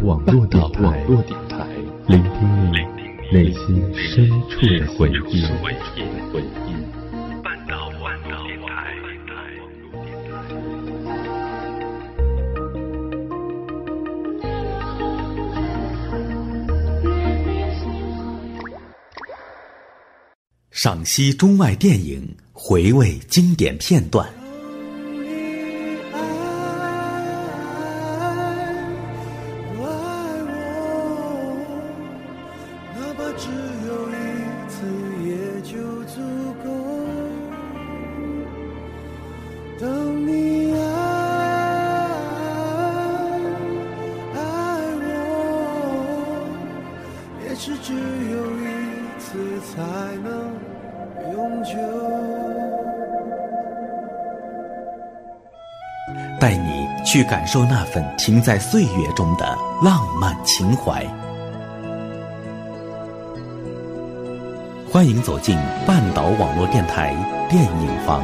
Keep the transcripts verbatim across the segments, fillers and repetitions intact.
网络电台，聆听你内心深处的回忆。 半岛网络电台。 赏析中外电影，回味经典片段。带你去感受那份停在岁月中的浪漫情怀。欢迎走进半岛网络电台电影房。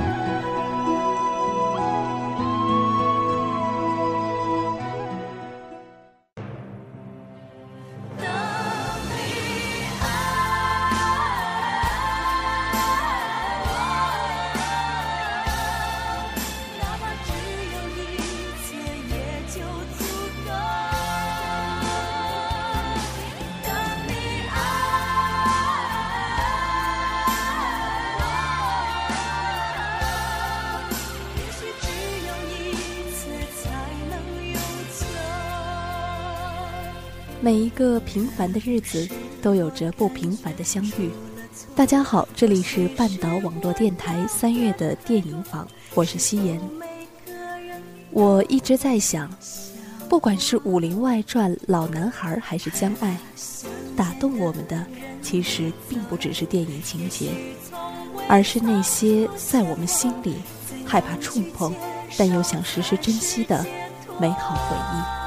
每一个平凡的日子都有着不平凡的相遇。大家好，这里是半岛网络电台三月的电影坊，我是夕颜。我一直在想，不管是《武林外传》老男孩还是江爱，打动我们的其实并不只是电影情节，而是那些在我们心里害怕触碰但又想时时珍惜的美好回忆。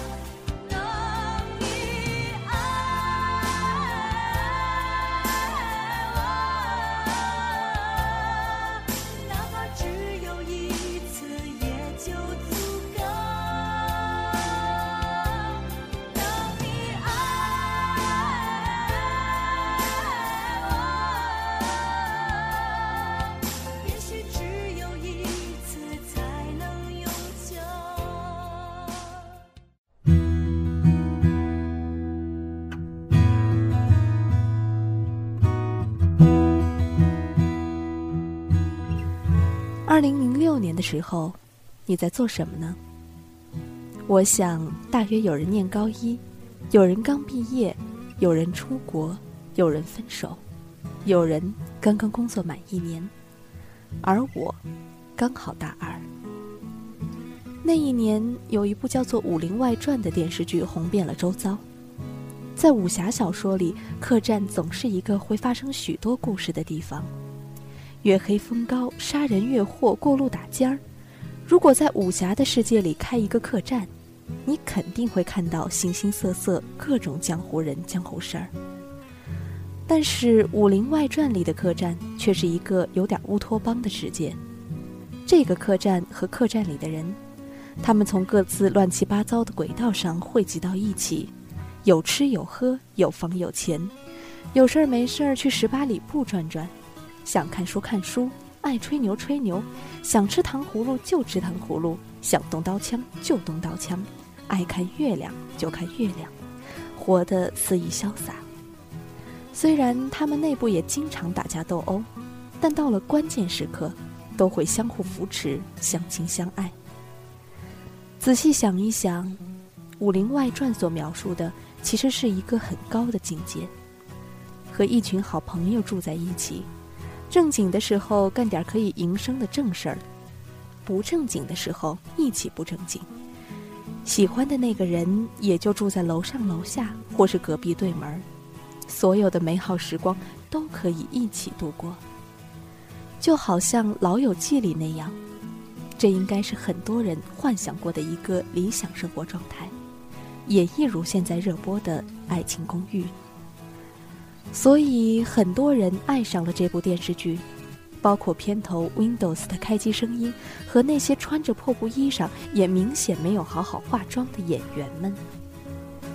二零零六年的时候，你在做什么呢？我想大约有人念高一，有人刚毕业，有人出国，有人分手，有人刚刚工作满一年，而我刚好大二。那一年有一部叫做《武林外传》的电视剧红遍了周遭。在武侠小说里，客栈总是一个会发生许多故事的地方，月黑风高，杀人越货，过路打尖儿。如果在武侠的世界里开一个客栈，你肯定会看到形形色色各种江湖人江湖事儿。但是《武林外传》里的客栈却是一个有点乌托邦的世界。这个客栈和客栈里的人，他们从各自乱七八糟的轨道上汇集到一起，有吃有喝，有房有钱，有事儿没事儿去十八里铺转转，想看书看书，爱吹牛吹牛，想吃糖葫芦就吃糖葫芦，想动刀枪就动刀枪，爱看月亮就看月亮，活得肆意潇洒。虽然他们内部也经常打架斗殴，但到了关键时刻都会相互扶持，相亲相爱。仔细想一想，《武林外传》所描述的其实是一个很高的境界，和一群好朋友住在一起，正经的时候干点可以营生的正事儿，不正经的时候一起不正经。喜欢的那个人也就住在楼上楼下或是隔壁对门，所有的美好时光都可以一起度过。就好像《老友记》里那样，这应该是很多人幻想过的一个理想生活状态，也一如现在热播的《爱情公寓》。所以很多人爱上了这部电视剧，包括片头 Windows 的开机声音和那些穿着破布衣裳也明显没有好好化妆的演员们。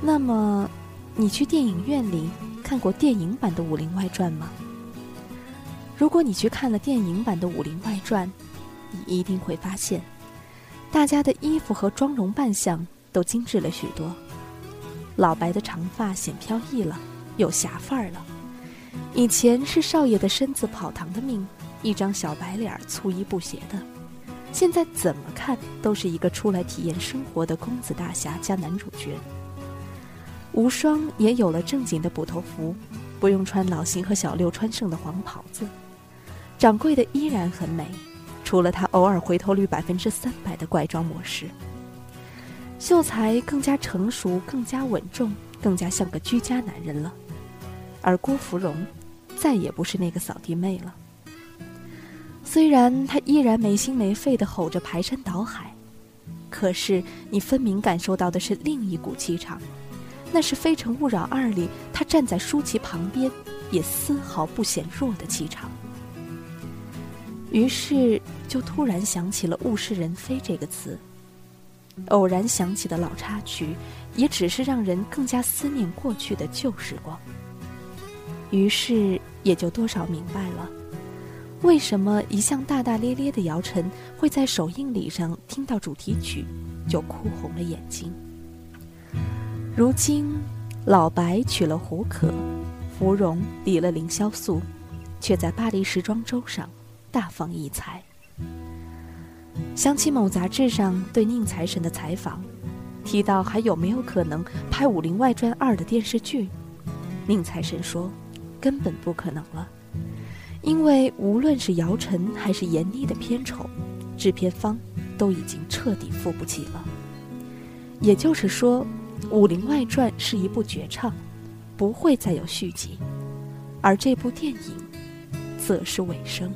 那么，你去电影院里看过电影版的《武林外传》吗？如果你去看了电影版的《武林外传》，你一定会发现，大家的衣服和妆容扮相都精致了许多。老白的长发显飘逸了，有侠范儿了。以前是少爷的身子跑堂的命，一张小白脸粗衣布鞋的，现在怎么看都是一个出来体验生活的公子大侠加男主角。无双也有了正经的捕头服，不用穿老邢和小六穿剩的黄袍子。掌柜的依然很美，除了他偶尔回头率百分之三百的怪装模式。秀才更加成熟，更加稳重，更加像个居家男人了。而郭芙蓉再也不是那个扫地妹了。虽然她依然没心没肺地吼着排山倒海，可是你分明感受到的是另一股气场，那是《非诚勿扰二》里她站在舒淇旁边也丝毫不显弱的气场。于是就突然想起了物是人非这个词，偶然想起的老插曲也只是让人更加思念过去的旧时光。于是也就多少明白了，为什么一向大大咧咧的姚晨会在首映礼上听到主题曲就哭红了眼睛。如今老白娶了胡可，芙蓉离了凌潇肃，却在巴黎时装周上大放异彩。想起某杂志上对宁财神的采访，提到还有没有可能拍《武林外传二》的电视剧，宁财神说根本不可能了，因为无论是姚晨还是闫妮的片酬，制片方都已经彻底付不起了。也就是说，《武林外传》是一部绝唱，不会再有续集，而这部电影则是尾声。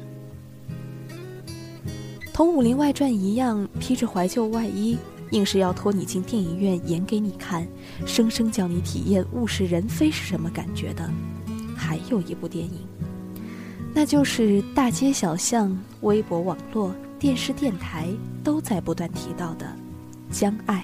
同《武林外传》一样，披着怀旧外衣，硬是要拖你进电影院演给你看，生生叫你体验物是人非是什么感觉的，还有一部电影，那就是大街小巷、微博网络、电视电台都在不断提到的《将爱》。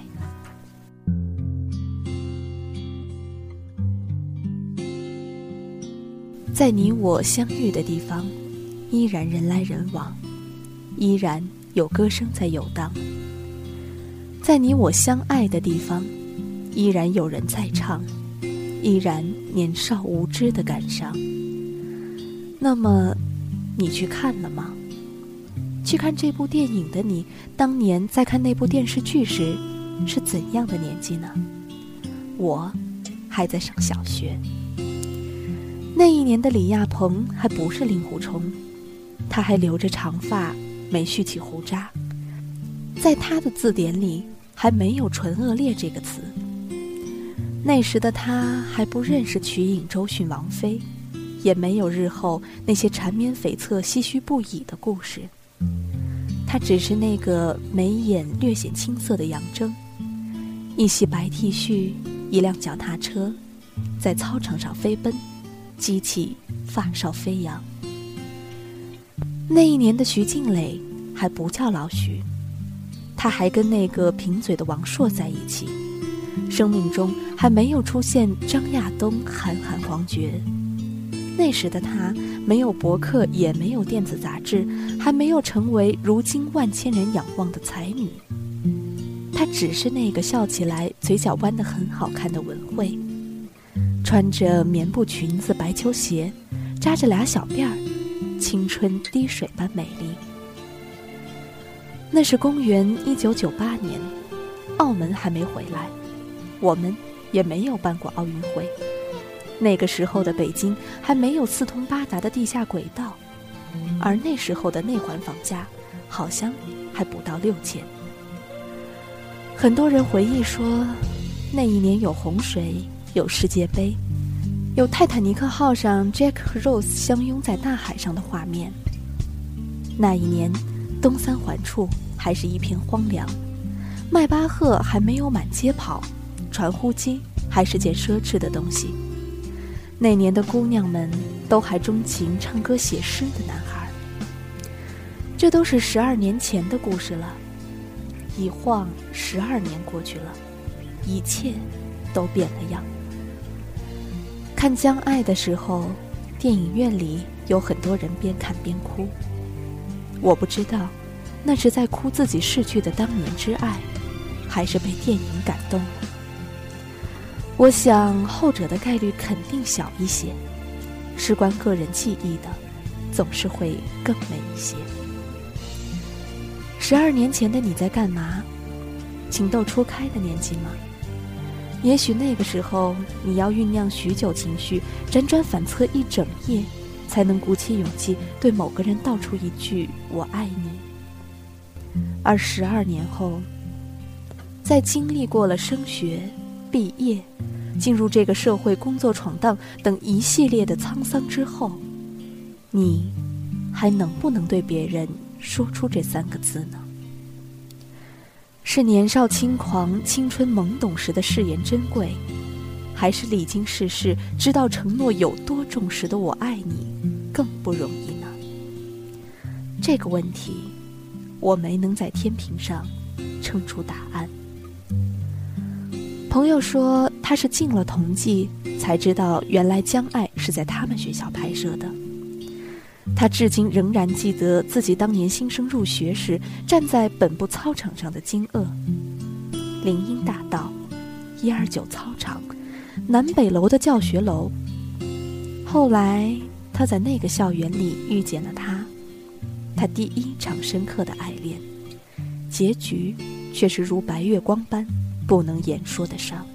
在你我相遇的地方，依然人来人往，依然有歌声在游荡。在你我相爱的地方，依然有人在唱，依然年少无知的感伤。那么你去看了吗？去看这部电影的你，当年在看那部电视剧时是怎样的年纪呢？我还在上小学。那一年的李亚鹏还不是令狐冲，他还留着长发，没蓄起胡渣，在他的字典里还没有纯恶劣这个词。那时的他还不认识瞿颖、周迅、王菲，也没有日后那些缠绵悱恻、唏嘘不已的故事。他只是那个眉眼略显青涩的杨铮，一袭白 T 恤，一辆脚踏车，在操场上飞奔，激起发梢飞扬。那一年的徐静蕾还不叫老徐，他还跟那个贫嘴的王朔在一起，生命中还没有出现张亚东、韩寒、黄觉。那时的他没有博客，也没有电子杂志，还没有成为如今万千人仰望的才女。她只是那个笑起来嘴角弯得很好看的文慧，穿着棉布裙子、白球鞋，扎着俩小辫儿，青春滴水般美丽。那是公元一九九八年，澳门还没回来，我们也没有办过奥运会。那个时候的北京还没有四通八达的地下轨道，而那时候的内环房价好像还不到六千。很多人回忆说，那一年有洪水，有世界杯，有泰坦尼克号上 Jack 和 Rose 相拥在大海上的画面。那一年东三环处还是一片荒凉，迈巴赫还没有满街跑，传呼机还是件奢侈的东西。那年的姑娘们都还钟情唱歌写诗的男孩。这都是十二年前的故事了，一晃十二年过去了，一切都变了样。看《将爱》的时候，电影院里有很多人边看边哭。我不知道，那是在哭自己逝去的当年之爱，还是被电影感动了。我想后者的概率肯定小一些，事关个人记忆的，总是会更美一些。十二年前的你在干嘛？情窦初开的年纪吗？也许那个时候你要酝酿许久情绪，辗转反侧一整夜，才能鼓起勇气对某个人道出一句我爱你。而十二年后，在经历过了升学、毕业、进入这个社会、工作闯荡等一系列的沧桑之后，你还能不能对别人说出这三个字呢？是年少轻狂、青春懵懂时的誓言珍贵，还是历经世事知道承诺有多重时的我爱你更不容易呢？这个问题我没能在天平上称出答案。朋友说他是进了同济才知道原来《将爱》是在他们学校拍摄的。他至今仍然记得自己当年新生入学时站在本部操场上的惊愕。林荫大道、一二九操场、南北楼的教学楼。后来他在那个校园里遇见了他，他第一场深刻的爱恋，结局却是如白月光般不能言说的伤。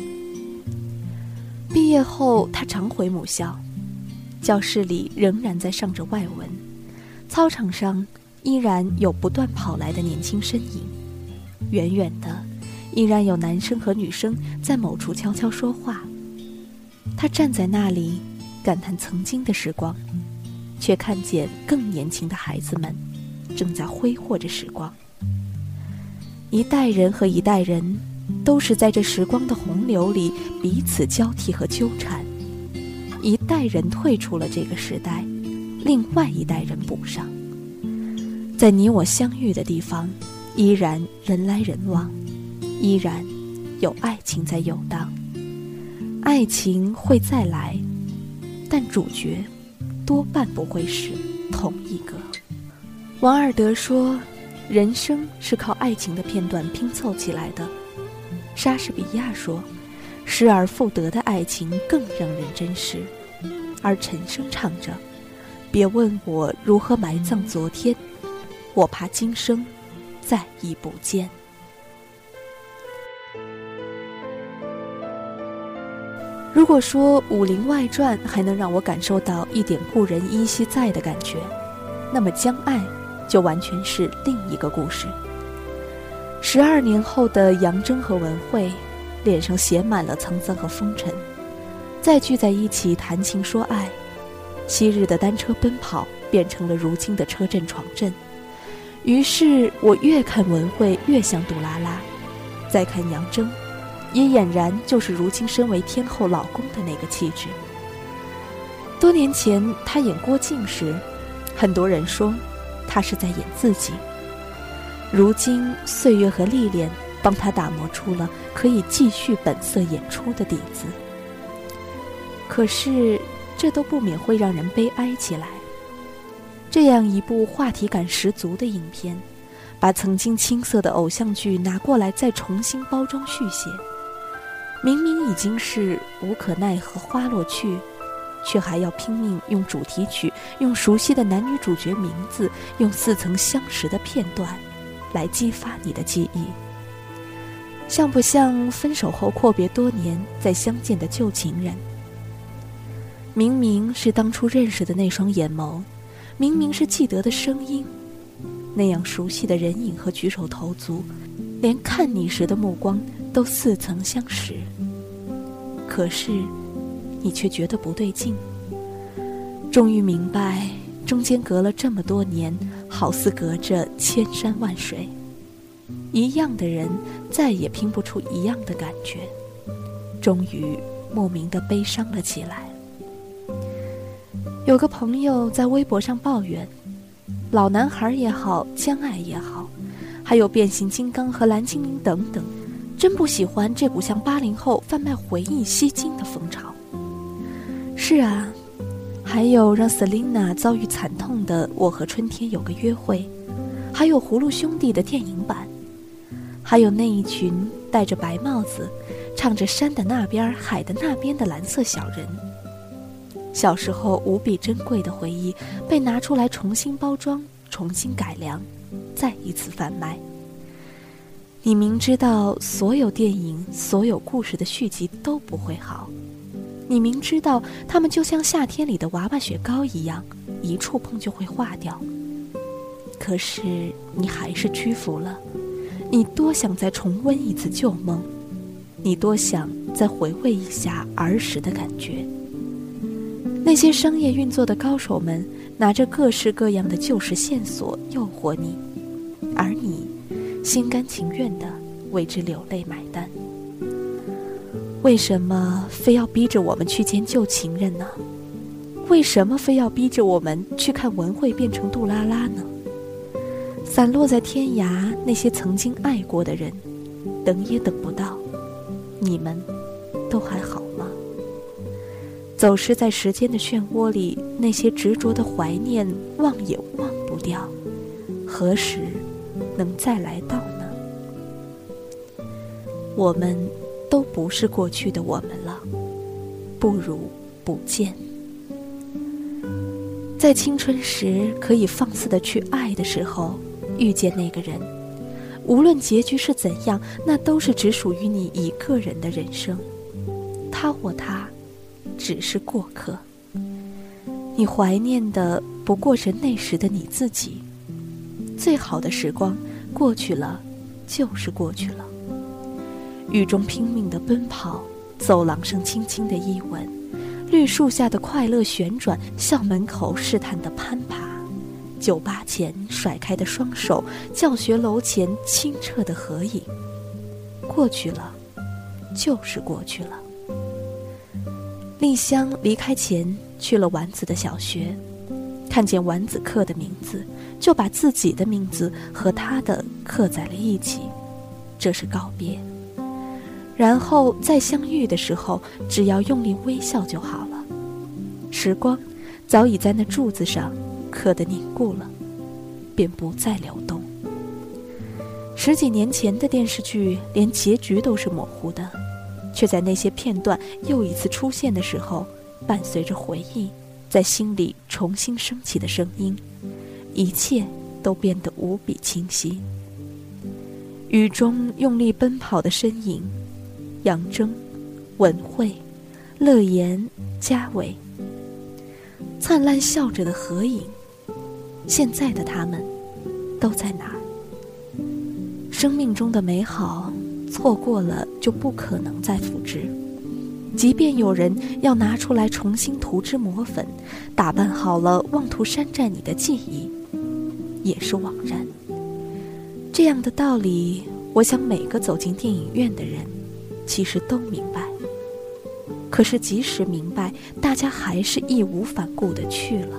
毕业后他常回母校，教室里仍然在上着外文，操场上依然有不断跑来的年轻身影，远远的依然有男生和女生在某处悄悄说话。他站在那里感叹曾经的时光，却看见更年轻的孩子们正在挥霍着时光。一代人和一代人都是在这时光的洪流里彼此交替和纠缠，一代人退出了这个时代，另外一代人补上。在你我相遇的地方，依然人来人往，依然有爱情在游荡。爱情会再来，但主角多半不会是同一个。王尔德说，人生是靠爱情的片段拼凑起来的。莎士比亚说，失而复得的爱情更让人珍视。而陈升唱着，别问我如何埋葬昨天，我怕今生再已不见。如果说《武林外传》还能让我感受到一点故人依稀在的感觉，那么《将爱》就完全是另一个故事。十二年后的杨铮和文慧，脸上写满了沧桑和风尘，再聚在一起谈情说爱。昔日的单车奔跑变成了如今的车震闯阵。于是我越看文慧越像杜拉拉，再看杨铮，也俨然就是如今身为天后老公的那个气质。多年前他演郭靖时，很多人说他是在演自己。如今岁月和历练帮他打磨出了可以继续本色演出的底子。可是这都不免会让人悲哀起来。这样一部话题感十足的影片，把曾经青涩的偶像剧拿过来再重新包装续写，明明已经是无可奈何花落去，却还要拼命用主题曲，用熟悉的男女主角名字，用似曾相识的片段来激发你的记忆。像不像分手后阔别多年再相见的旧情人？明明是当初认识的那双眼眸，明明是记得的声音，那样熟悉的人影和举手投足，连看你时的目光都似曾相识。可是你却觉得不对劲。终于明白，中间隔了这么多年，好似隔着千山万水。一样的人再也拼不出一样的感觉，终于莫名的悲伤了起来。有个朋友在微博上抱怨，老男孩也好，将爱也好，还有变形金刚和蓝精灵等等， 真不喜欢这股向八零后贩卖回忆吸金的风潮。是啊，还有让 Selina 遭遇惨痛的《我和春天有个约会》，还有葫芦兄弟的电影版，还有那一群戴着白帽子唱着山的那边海的那边的蓝色小人。小时候无比珍贵的回忆被拿出来重新包装，重新改良，再一次贩卖。你明知道所有电影所有故事的续集都不会好，你明知道它们就像夏天里的娃娃雪糕一样，一触碰就会化掉，可是你还是屈服了。你多想再重温一次旧梦，你多想再回味一下儿时的感觉。那些商业运作的高手们拿着各式各样的旧时线索诱惑你，而你心甘情愿地为之流泪买单。为什么非要逼着我们去见旧情人呢？为什么非要逼着我们去看文慧变成杜拉拉呢？散落在天涯那些曾经爱过的人，等也等不到，你们都还好吗？走失在时间的漩涡里，那些执着的怀念忘也忘不掉，何时能再来到呢？我们都不是过去的我们了，不如不见。在青春时可以放肆地去爱的时候，遇见那个人，无论结局是怎样，那都是只属于你一个人的人生，他或她只是过客。你怀念的不过是那时的你自己。最好的时光过去了，就是过去了。雨中拼命的奔跑，走廊上轻轻的一吻，绿树下的快乐旋转，校门口试探的攀爬，酒吧前甩开的双手，教学楼前清澈的合影。过去了，就是过去了。丽香离开前去了丸子的小学，看见丸子刻的名字，就把自己的名字和他的刻在了一起，这是告别。然后再相遇的时候，只要用力微笑就好了。时光早已在那柱子上刻得凝固了，便不再流动。十几年前的电视剧连结局都是模糊的，却在那些片段又一次出现的时候，伴随着回忆在心里重新升起的声音，一切都变得无比清晰。雨中用力奔跑的身影，杨铮、文慧、乐言、嘉伟，灿烂笑着的合影，现在的他们都在哪儿？生命中的美好错过了就不可能再复制，即便有人要拿出来重新涂脂抹粉，打扮好了妄图山寨你的记忆，也是枉然。这样的道理，我想每个走进电影院的人其实都明白。可是即使明白，大家还是义无反顾地去了。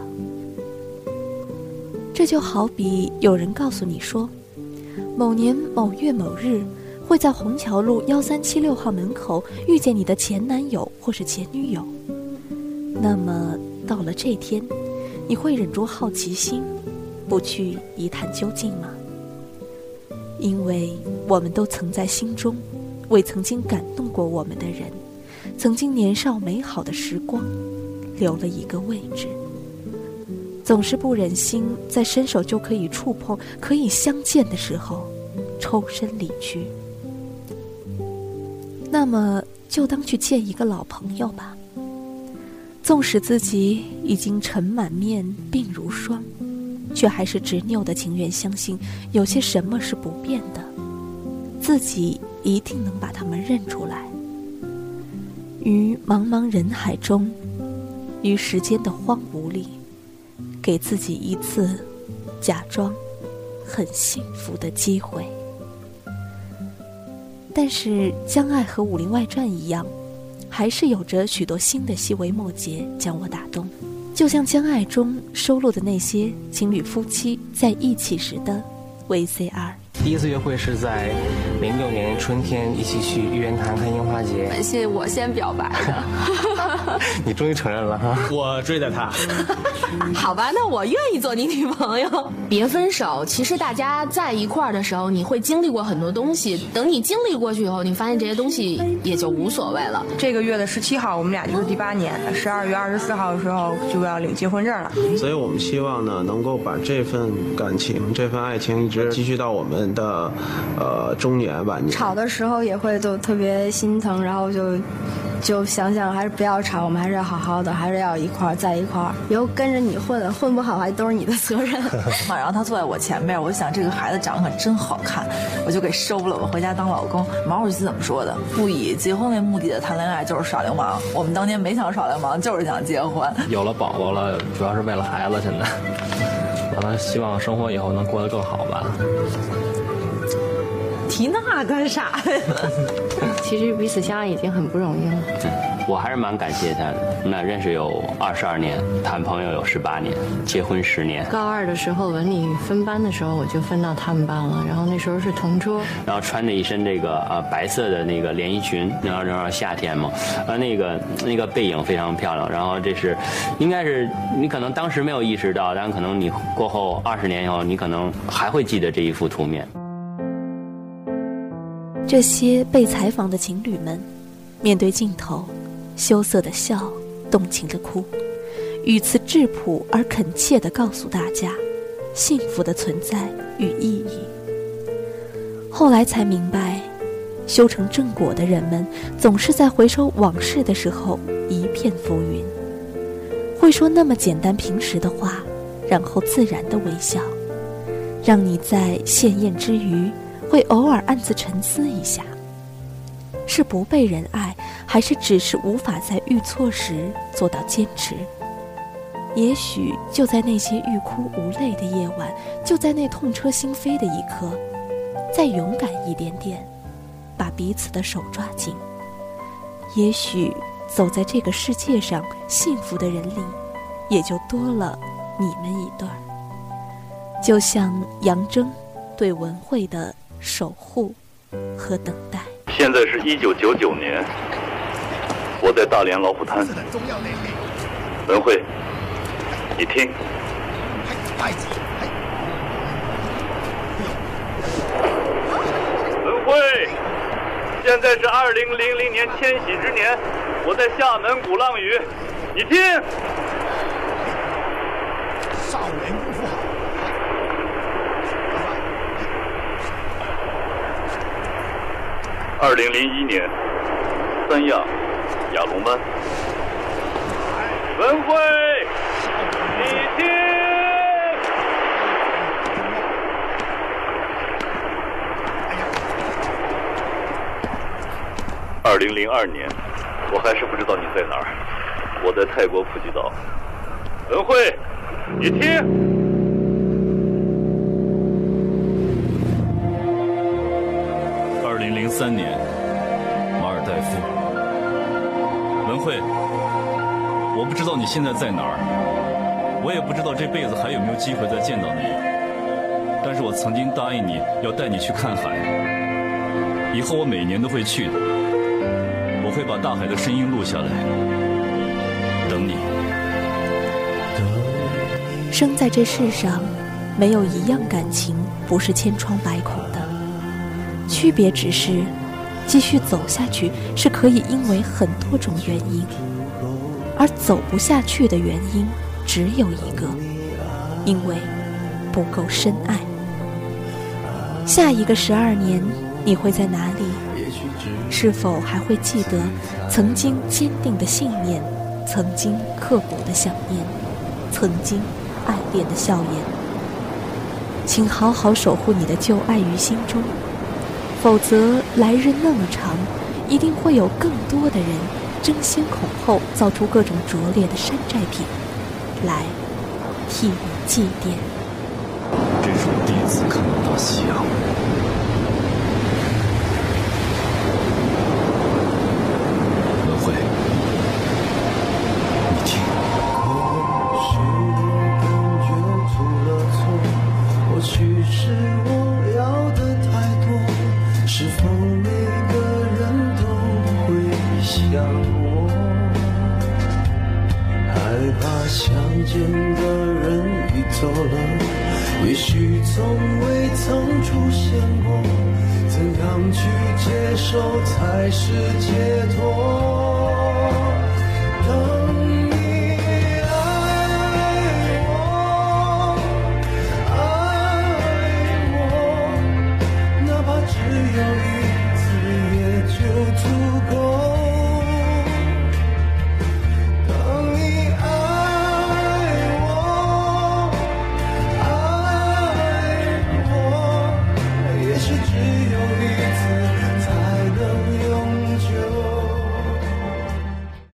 这就好比有人告诉你说，某年某月某日会在虹桥路一三七六号门口遇见你的前男友或是前女友。那么到了这天，你会忍住好奇心，不去一探究竟吗？因为我们都曾在心中为曾经感动过我们的人，曾经年少美好的时光留了一个位置，总是不忍心在伸手就可以触碰可以相见的时候抽身离去。那么就当去见一个老朋友吧，纵使自己已经尘满面鬓如霜，却还是执拗的情愿相信有些什么是不变的，自己一定能把他们认出来。于茫茫人海中，于时间的荒芜里，给自己一次假装很幸福的机会。但是江爱和《武林外传》一样，还是有着许多新的细微末节将我打动，就像江爱中收录的那些情侣夫妻在一起时的 V C R。 第一次约会是在零六年春天，一起去玉渊潭看樱花节。 是我先表白的。 你终于承认了哈！ 我追的他。 好吧，那我愿意做你女朋友。别分手，其实大家在一块儿的时候，你会经历过很多东西。等你经历过去以后，你发现这些东西也就无所谓了。 这个月的十七号，我们俩就是第八年；十二月二十四号的时候就要领结婚证了。 所以我们希望呢，能够把这份感情、这份爱情一直继续到我们的呃中年晚年。 吵的时候也会就特别心疼，然后就就想想还是不要吵，我们还是要好好的，还是要一块儿在一块儿。以后跟着你混，混不好还都是你的责任。 然后他坐在我前面，我就想这个孩子长得可真好看，我就给收了，我回家当老公。毛主席怎么说的？不以结婚为目的的谈恋爱就是耍流氓。我们当年没想耍流氓，就是想结婚。 有了宝宝了，主要是为了孩子。现在，完了，希望生活以后能过得更好吧。 提那干啥呀？ 其实彼此相爱已经很不容易了。 我还是蛮感谢他的。那认识有二十二年，谈朋友有十八年，结婚十年。 高二的时候，文理分班的时候，我就分到他们班了。然后那时候是同桌， 然后穿着一身这个呃白色的那个连衣裙，然后正好夏天嘛，呃那个那个背影非常漂亮。然后这是，应该是你可能当时没有意识到，但可能你过后二十年以后，你可能还会记得这一幅图面。 这些被采访的情侣们，面对镜头，羞涩的笑，动情的哭，语词质朴而恳切地告诉大家幸福的存在与意义。后来才明白，修成正果的人们总是在回首往事的时候一片浮云，会说那么简单平实的话，然后自然的微笑，让你在羡艳之余会偶尔暗自沉思一下，是不被人爱，还是只是无法在遇错时做到坚持？也许就在那些欲哭无泪的夜晚，就在那痛彻心扉的一刻，再勇敢一点点，把彼此的手抓紧。也许走在这个世界上幸福的人里，也就多了你们一对儿。就像杨铮对文慧的守护和等待。 现在是一九九九年，我在大连老虎滩。文慧，你听。文慧，现在是二零零零年千禧之年，我在厦门鼓浪屿，你听。 少年功夫好。 二零零一年，三亚亚龙湾。文慧，你听。二零零二年，我还是不知道你在哪儿，我在泰国普吉岛。文慧，你听。 二零零三年，马尔代夫。文慧，我不知道你现在在哪儿，我也不知道这辈子还有没有机会再见到你，但是我曾经答应你要带你去看海，以后我每年都会去的，我会把大海的声音录下来，等你。 生在这世上，没有一样感情不是千疮百孔的，区别只是继续走下去是可以因为很多种原因，而走不下去的原因只有一个，因为不够深爱。下一个十二年你会在哪里？是否还会记得曾经坚定的信念，曾经刻骨的想念，曾经爱恋的笑颜？请好好守护你的旧爱于心中，否则来日那么长，一定会有更多的人争先恐后造出各种拙劣的山寨品来替你祭奠。 这是我第一次看到大西洋。文慧，你听。 或许是我要的间的人已走了，也许从未曾出现过，怎样去接受才是解脱？